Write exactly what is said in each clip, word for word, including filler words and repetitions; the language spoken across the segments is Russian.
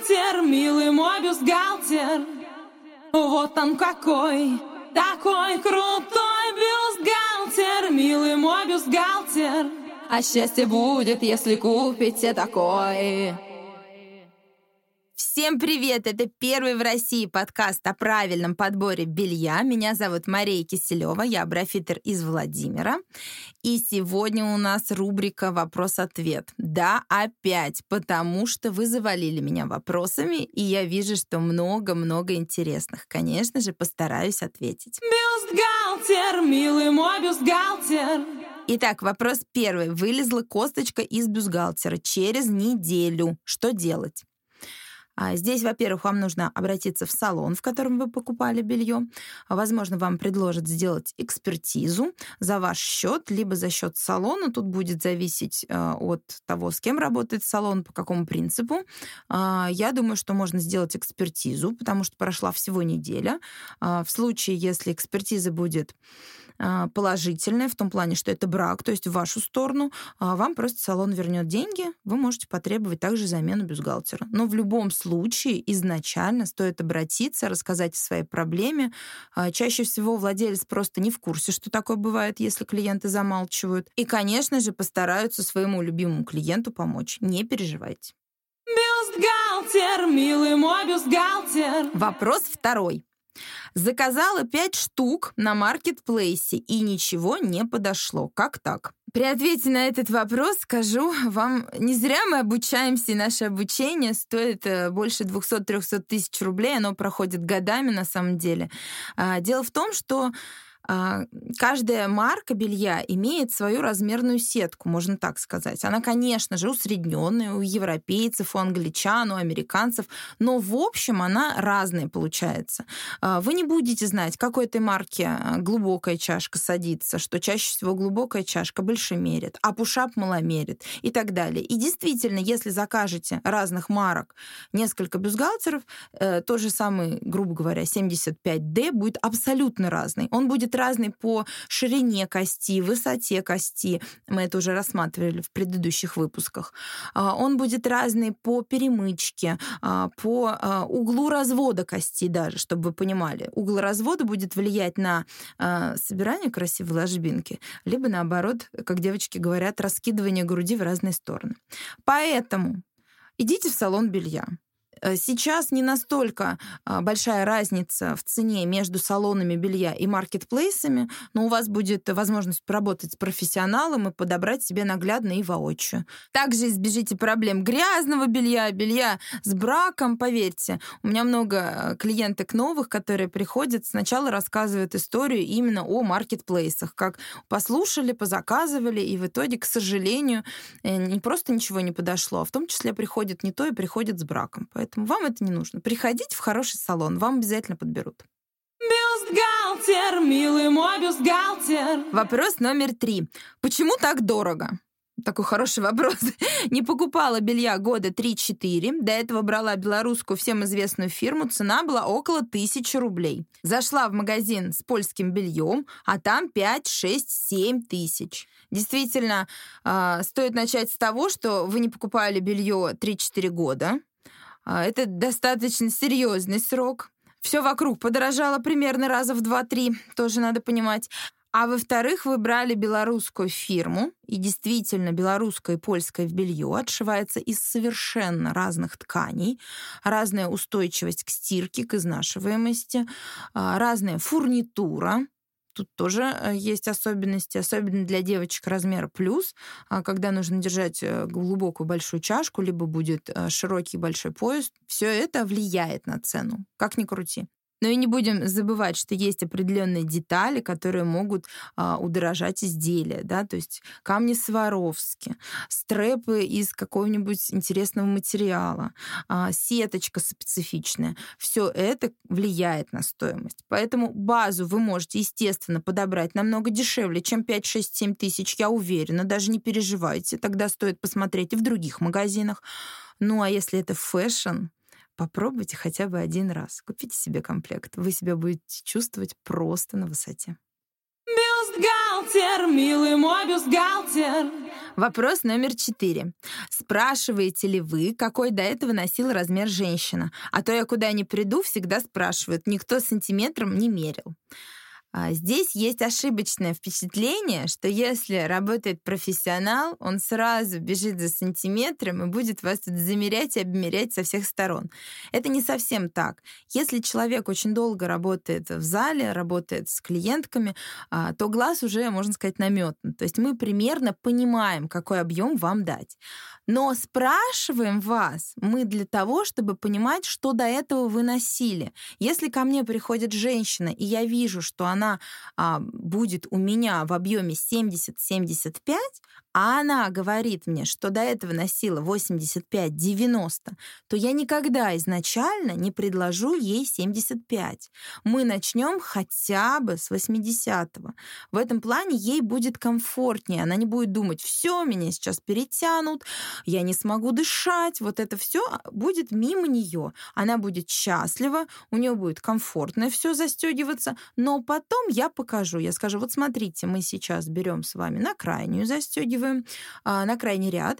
бюстгальтер, милый мой бюстгальтер. Вот он какой, такой крутой бюстгальтер, милый мой бюстгальтер. А счастье будет, если купите такой. Всем привет! Это первый в России подкаст о правильном подборе белья. Меня зовут Мария Киселева, я брофитер из Владимира. И сегодня у нас рубрика «Вопрос-ответ». Да, опять, потому что вы завалили меня вопросами, и я вижу, что много-много интересных. Конечно же, постараюсь ответить. Бюстгальтер, милый мой бюстгальтер. Итак, вопрос первый. Вылезла косточка из бюстгальтера через неделю. Что делать? Здесь, во-первых, вам нужно обратиться в салон, в котором вы покупали белье. Возможно, вам предложат сделать экспертизу за ваш счет, либо за счет салона. Тут будет зависеть от того, с кем работает салон, по какому принципу. Я думаю, что можно сделать экспертизу, потому что прошла всего неделя. В случае, если экспертиза будет положительное, в том плане, что это брак, то есть в вашу сторону, вам просто салон вернет деньги, вы можете потребовать также замену бюстгальтера. Но в любом случае изначально стоит обратиться, рассказать о своей проблеме. Чаще всего владелец просто не в курсе, что такое бывает, если клиенты замалчивают. И, конечно же, постараются своему любимому клиенту помочь. Не переживайте. Бюстгальтер, милый мой бюстгальтер. Вопрос второй. Заказала пять штук на маркетплейсе, и ничего не подошло. Как так? При ответе на этот вопрос скажу вам, не зря мы обучаемся, и наше обучение стоит больше двести-триста тысяч рублей, оно проходит годами на самом деле. Дело в том, что каждая марка белья имеет свою размерную сетку, можно так сказать. Она, конечно же, усредненная у европейцев, у англичан, у американцев, но в общем она разная получается. Вы не будете знать, какой этой марки глубокая чашка садится, что чаще всего глубокая чашка большемерит, а пушап маломерит и так далее. И действительно, если закажете разных марок несколько бюстгальтеров, тот же самый, грубо говоря, семьдесят пять дэ будет абсолютно разный. Он будет разный по ширине кости, высоте кости. Мы это уже рассматривали в предыдущих выпусках. Он будет разный по перемычке, по углу развода кости даже, чтобы вы понимали. Угол развода будет влиять на собирание красивой ложбинки, либо наоборот, как девочки говорят, раскидывание груди в разные стороны. Поэтому идите в салон белья. Сейчас не настолько большая разница в цене между салонами белья и маркетплейсами, но у вас будет возможность поработать с профессионалом и подобрать себе наглядно и воочию. Также избежите проблем грязного белья, белья с браком, поверьте. У меня много клиенток новых, которые приходят, сначала рассказывают историю именно о маркетплейсах, как послушали, позаказывали, и в итоге, к сожалению, не просто ничего не подошло, а в том числе приходит не то и приходит с браком. Поэтому вам это не нужно. Приходите в хороший салон, вам обязательно подберут. Бюстгальтер, милый мой бюстгальтер. Вопрос номер три. Почему так дорого? Такой хороший вопрос. Не покупала белья года три-четыре. До этого брала белорусскую всем известную фирму. Цена была около тысячи рублей. Зашла в магазин с польским бельем, а там пять, шесть, семь тысяч. Действительно, стоит начать с того, что вы не покупали белье три-четыре года. Это достаточно серьезный срок. Все вокруг подорожало примерно раза в два-три, тоже надо понимать. А во-вторых, вы брали белорусскую фирму, и действительно белорусское и польское белье отшивается из совершенно разных тканей, разная устойчивость к стирке, к изнашиваемости, разная фурнитура. Тут тоже есть особенности, особенно для девочек размера плюс, когда нужно держать глубокую большую чашку, либо будет широкий большой пояс. Все это влияет на цену, как ни крути. Но и не будем забывать, что есть определенные детали, которые могут а, удорожать изделия, да, то есть камни Сваровски, стрэпы из какого-нибудь интересного материала, а, сеточка специфичная. Все это влияет на стоимость. Поэтому базу вы можете, естественно, подобрать намного дешевле, чем пять, шесть, семь тысяч, я уверена, даже не переживайте. Тогда стоит посмотреть и в других магазинах. Ну, а если это фэшн, попробуйте хотя бы один раз. Купите себе комплект. Вы себя будете чувствовать просто на высоте. Бюстгальтер, милый мой бюстгальтер. Вопрос номер четыре. Спрашиваете ли вы, какой до этого носила размер женщина? А то я куда ни приду, всегда спрашивают. Никто сантиметром не мерил. А Здесь есть ошибочное впечатление, что если работает профессионал, он сразу бежит за сантиметром и будет вас тут замерять и обмерять со всех сторон. Это не совсем так. Если человек очень долго работает в зале, работает с клиентками, а, то глаз уже, можно сказать, наметан. То есть мы примерно понимаем, какой объем вам дать. Но спрашиваем вас мы для того, чтобы понимать, что до этого вы носили. Если ко мне приходит женщина, и я вижу, что она а, будет у меня в объеме семьдесят семьдесят пять, а она говорит мне, что до этого носила восемьдесят пять девяносто, то я никогда изначально не предложу ей семьдесят пять. Мы начнем хотя бы с восьмидесятого. В этом плане ей будет комфортнее. Она не будет думать, все, меня сейчас перетянут, я не смогу дышать. Вот это все будет мимо нее. Она будет счастлива, у нее будет комфортно все застегиваться, но потом я покажу. Я скажу, вот смотрите, мы сейчас берем с вами на крайнюю, застегиваем, а, на крайний ряд,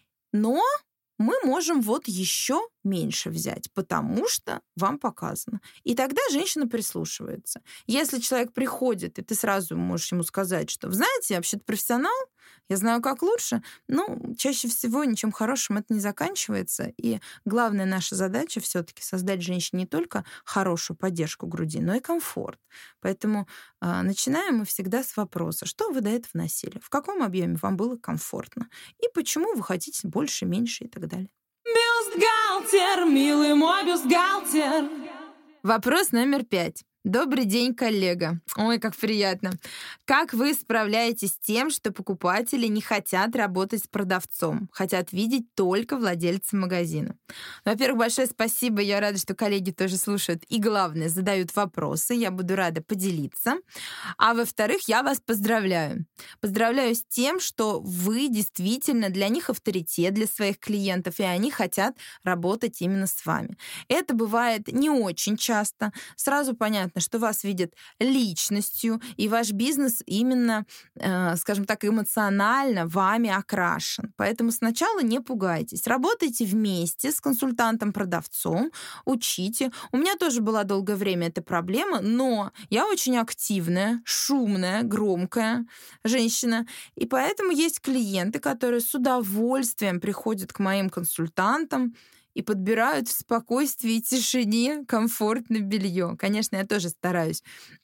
но мы можем вот еще меньше взять, потому что вам показано. И тогда женщина прислушивается. Если человек приходит, и ты сразу можешь ему сказать, что, вы знаете, я вообще-то профессионал, я знаю, как лучше, ну, чаще всего ничем хорошим это не заканчивается. И главная наша задача все-таки создать женщине не только хорошую поддержку груди, но и комфорт. Поэтому э, начинаем мы всегда с вопроса, что вы до этого носили, в каком объеме вам было комфортно, и почему вы хотите больше, меньше и так далее. Бюстгальтер, милый мой бюстгальтер. Вопрос номер пять. Добрый день, коллега. Ой, как приятно. Как вы справляетесь с тем, что покупатели не хотят работать с продавцом, хотят видеть только владельца магазина? Во-первых, большое спасибо. Я рада, что коллеги тоже слушают и, главное, задают вопросы. Я буду рада поделиться. А во-вторых, я вас поздравляю. Поздравляю с тем, что вы действительно для них авторитет, для своих клиентов, и они хотят работать именно с вами. Это бывает не очень часто. Сразу понятно, что вас видят личностью, и ваш бизнес именно, э, скажем так, эмоционально вами окрашен. Поэтому сначала не пугайтесь. Работайте вместе с консультантом-продавцом, учите. У меня тоже была долгое время эта проблема, но я очень активная, шумная, громкая женщина, и поэтому есть клиенты, которые с удовольствием приходят к моим консультантам и подбирают в спокойствии и тишине комфортное белье. Конечно, я тоже стараюсь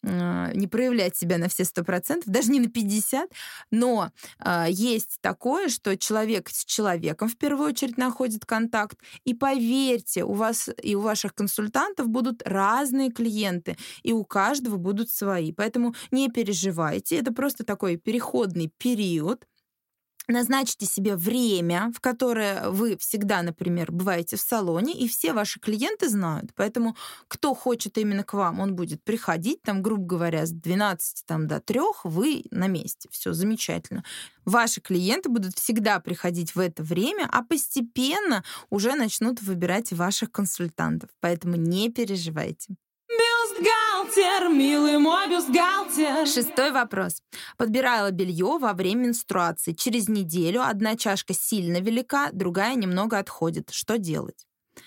э, не проявлять себя на все сто процентов, даже не на пятьдесят, но э, есть такое, что человек с человеком в первую очередь находит контакт. И поверьте, у вас и у ваших консультантов будут разные клиенты, и у каждого будут свои. Поэтому не переживайте, это просто такой переходный период. Назначьте себе время, в которое вы всегда, например, бываете в салоне, и все ваши клиенты знают. Поэтому кто хочет именно к вам, он будет приходить, там, грубо говоря, с двенадцати там, до трёх, вы на месте. Все замечательно. Ваши клиенты будут всегда приходить в это время, а постепенно уже начнут выбирать ваших консультантов. Поэтому не переживайте. Бюстгальтер, милый мой бюстгальтер. Шестой вопрос. Подбирала белье во время менструации. Через неделю одна чашка сильно велика, другая немного отходит. Что делать?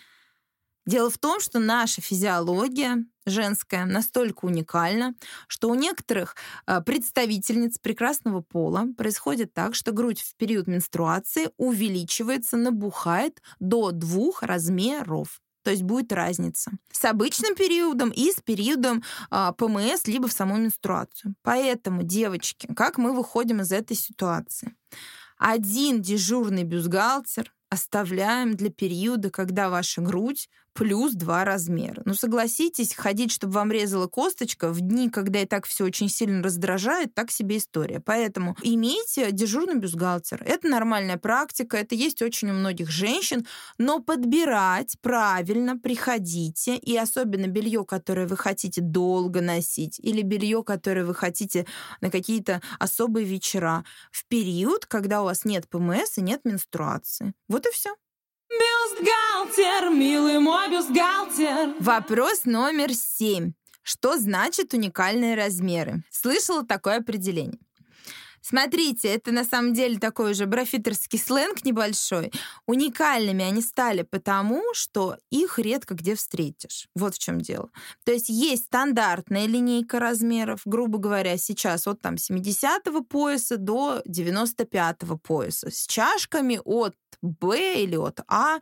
Дело в том, что наша физиология женская настолько уникальна, что у некоторых представительниц прекрасного пола происходит так, что грудь в период менструации увеличивается, набухает до двух размеров. То есть будет разница с обычным периодом и с периодом а, ПМС, либо в саму менструацию. Поэтому, девочки, как мы выходим из этой ситуации? Один дежурный бюстгальтер оставляем для периода, когда ваша грудь плюс два размера. Ну, согласитесь, ходить, чтобы вам резала косточка, в дни, когда и так все очень сильно раздражает, так себе история. Поэтому имейте дежурный бюстгальтер. Это нормальная практика, это есть очень у многих женщин, но подбирать правильно приходите, и особенно белье, которое вы хотите долго носить, или белье, которое вы хотите на какие-то особые вечера, в период, когда у вас нет ПМС и нет менструации. Вот и все. Бюстгальтер, милый мой бюстгальтер. Вопрос номер семь. Что значит уникальные размеры? Слышала такое определение. Смотрите, это на самом деле такой уже брофитерский сленг небольшой. Уникальными они стали потому, что их редко где встретишь. Вот в чем дело. То есть есть стандартная линейка размеров, грубо говоря, сейчас от там семидесятого пояса до девяносто пятого пояса, с чашками от B или от A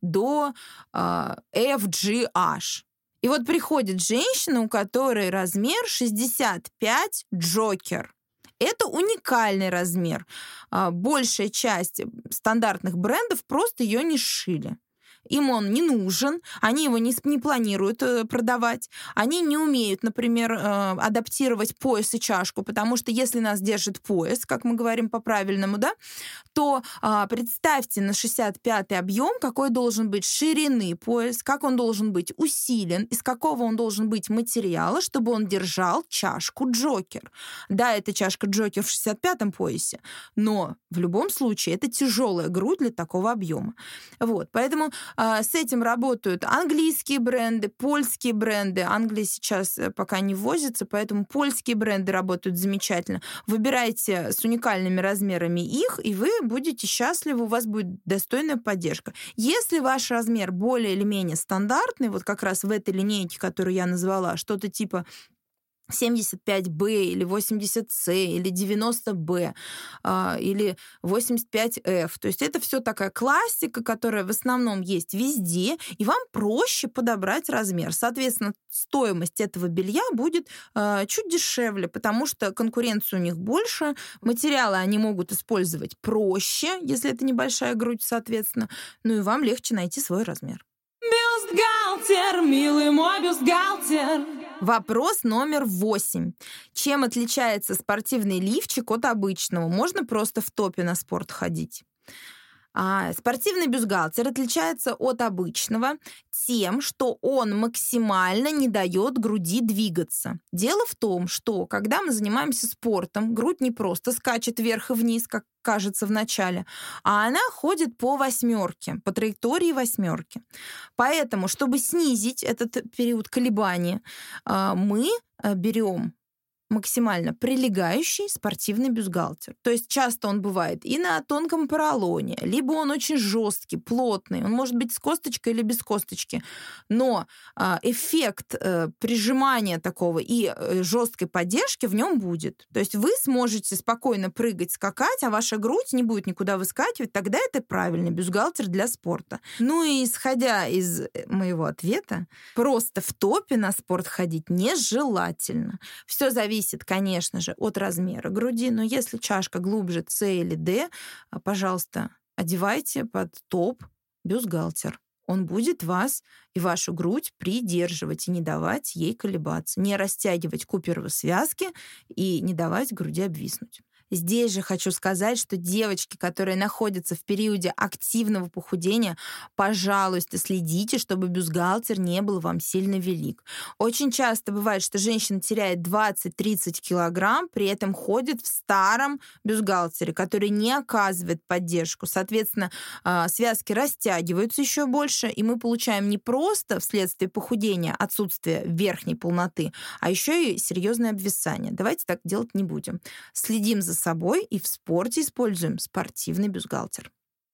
до э, эф джи эйч. И вот приходит женщина, у которой размер шестьдесят пять джокер. Это уникальный размер. Большая часть стандартных брендов просто ее не сшили. Им он не нужен, они его не, не планируют э, продавать, они не умеют, например, э, адаптировать пояс и чашку, потому что если нас держит пояс, как мы говорим по-правильному, да, то э, представьте на шестьдесят пятый объем, какой должен быть ширины пояс, как он должен быть усилен, из какого он должен быть материала, чтобы он держал чашку Джокер. Да, это чашка Джокер в шестьдесят пятом поясе, но в любом случае это тяжелая грудь для такого объема. Вот, поэтому с этим работают английские бренды, польские бренды. Англия сейчас пока не ввозится, поэтому польские бренды работают замечательно. Выбирайте с уникальными размерами их, и вы будете счастливы, у вас будет достойная поддержка. Если ваш размер более или менее стандартный, вот как раз в этой линейке, которую я назвала, что-то типа семьдесят пять бэ или восемьдесят цэ или девяносто бэ э, или восемьдесят пять эф. То есть это все такая классика, которая в основном есть везде, и вам проще подобрать размер. Соответственно, стоимость этого белья будет э, чуть дешевле, потому что конкуренция у них больше, материалы они могут использовать проще, если это небольшая грудь, соответственно, ну и вам легче найти свой размер. Бюстгальтер, милый мой бюстгальтер. Вопрос номер восемь. Чем отличается спортивный лифчик от обычного? Можно просто в топе на спорт ходить? А, спортивный бюстгальтер отличается от обычного тем, что он максимально не дает груди двигаться. Дело в том, что когда мы занимаемся спортом, грудь не просто скачет вверх и вниз, как кажется в начале, а она ходит по восьмерке, по траектории восьмерки. Поэтому, чтобы снизить этот период колебания, мы берем максимально прилегающий спортивный бюстгальтер. То есть часто он бывает и на тонком поролоне, либо он очень жесткий, плотный, он может быть с косточкой или без косточки, но эффект прижимания такого и жесткой поддержки в нем будет. То есть вы сможете спокойно прыгать, скакать, а ваша грудь не будет никуда выскакивать, тогда это правильный бюстгальтер для спорта. Ну и исходя из моего ответа, просто в топе на спорт ходить нежелательно. Все зависит Зависит, конечно же, от размера груди, но если чашка глубже С или Д, пожалуйста, одевайте под топ бюстгальтер. Он будет вас и вашу грудь придерживать и не давать ей колебаться, не растягивать куперовы связки и не давать груди обвиснуть. Здесь же хочу сказать, что девочки, которые находятся в периоде активного похудения, пожалуйста, следите, чтобы бюстгальтер не был вам сильно велик. Очень часто бывает, что женщина теряет двадцать-тридцать килограмм, при этом ходит в старом бюстгальтере, который не оказывает поддержку. Соответственно, связки растягиваются еще больше, и мы получаем не просто вследствие похудения отсутствие верхней полноты, а еще и серьезное обвисание. Давайте так делать не будем. Следим за собой и в спорте используем спортивный бюстгальтер.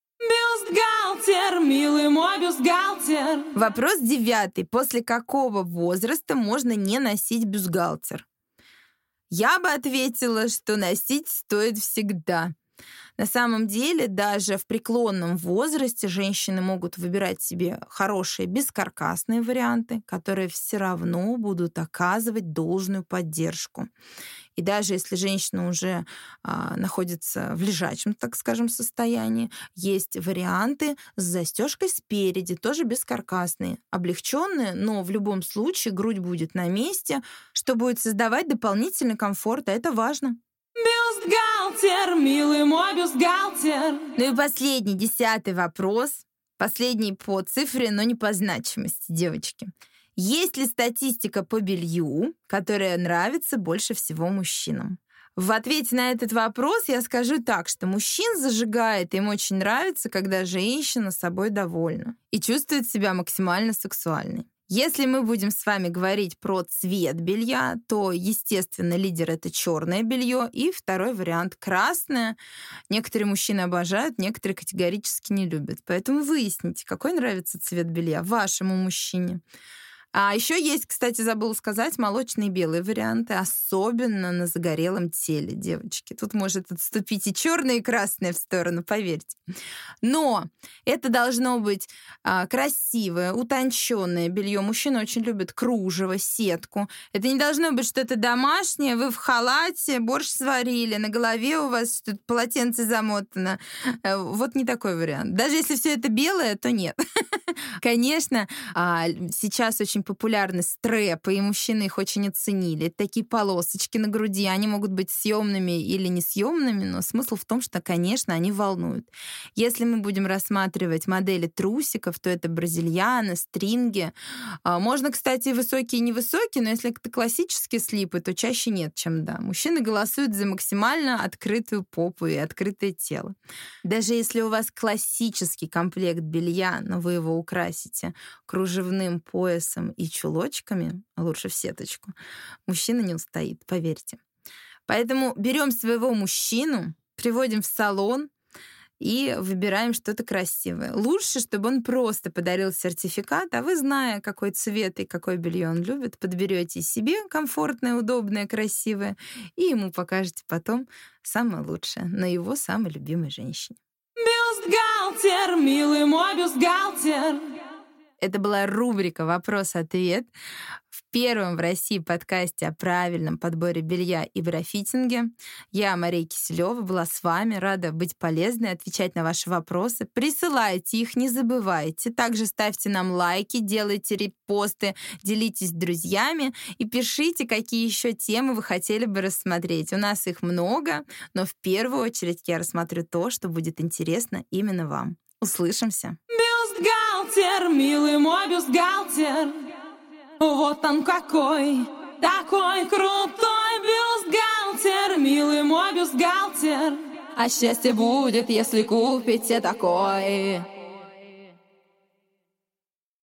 Бюстгальтер, милый мой бюстгальтер. Вопрос девятый. После какого возраста можно не носить бюстгальтер? Я бы ответила, что носить стоит всегда. На самом деле, даже в преклонном возрасте женщины могут выбирать себе хорошие бескаркасные варианты, которые все равно будут оказывать должную поддержку. И даже если женщина уже а, находится в лежачем, так скажем, состоянии, есть варианты с застежкой спереди, тоже бескаркасные, облегченные, но в любом случае грудь будет на месте, что будет создавать дополнительный комфорт, а это важно. Бюстгальтер, милый мой бюстгальтер. Ну и последний, десятый вопрос. Последний по цифре, но не по значимости, девочки. Есть ли статистика по белью, которая нравится больше всего мужчинам? В ответе на этот вопрос я скажу так, что мужчин зажигает, им очень нравится, когда женщина собой довольна и чувствует себя максимально сексуальной. Если мы будем с вами говорить про цвет белья, то, естественно, лидер — это черное белье, и второй вариант — красное. Некоторые мужчины обожают, некоторые категорически не любят. Поэтому выясните, какой нравится цвет белья вашему мужчине. А еще есть, кстати, забыла сказать, молочные и белые варианты, особенно на загорелом теле, девочки. Тут может отступить и черное, и красное в сторону, поверьте. Но это должно быть а, красивое, утонченное белье. Мужчины очень любят кружево, сетку. Это не должно быть что-то домашнее. Вы в халате, борщ сварили, на голове у вас тут полотенце замотано. Вот не такой вариант. Даже если все это белое, то нет. Конечно, сейчас очень популярны стрэпы, и мужчины их очень оценили. Это такие полосочки на груди, они могут быть съемными или несъемными, но смысл в том, что, конечно, они волнуют. Если мы будем рассматривать модели трусиков, то это бразильяна, стринги. Можно, кстати, и высокие, и невысокие, но если это классические слипы, то чаще нет, чем да. Мужчины голосуют за максимально открытую попу и открытое тело. Даже если у вас классический комплект белья, но вы его украсите кружевным поясом и чулочками, а лучше в сеточку, мужчина не устоит, поверьте. Поэтому берем своего мужчину, приводим в салон и выбираем что-то красивое. Лучше, чтобы он просто подарил сертификат, а вы, зная, какой цвет и какое белье он любит, подберете себе комфортное, удобное, красивое, и ему покажете потом самое лучшее на его самой любимой женщине. Бюстгальтер, милый мой бюстгальтер. Это была рубрика «Вопрос-ответ» в первом в России подкасте о правильном подборе белья и брафитинге. Я, Мария Киселева, была с вами, рада быть полезной, отвечать на ваши вопросы. Присылайте их, не забывайте. Также ставьте нам лайки, делайте репосты, делитесь с друзьями и пишите, какие еще темы вы хотели бы рассмотреть. У нас их много, но в первую очередь я рассмотрю то, что будет интересно именно вам. Услышимся! Бюстгальтер, милый мой бюстгальтер. Вот он какой, такой крутой бюстгальтер, милый мой бюстгальтер. А счастье будет, если купите такой.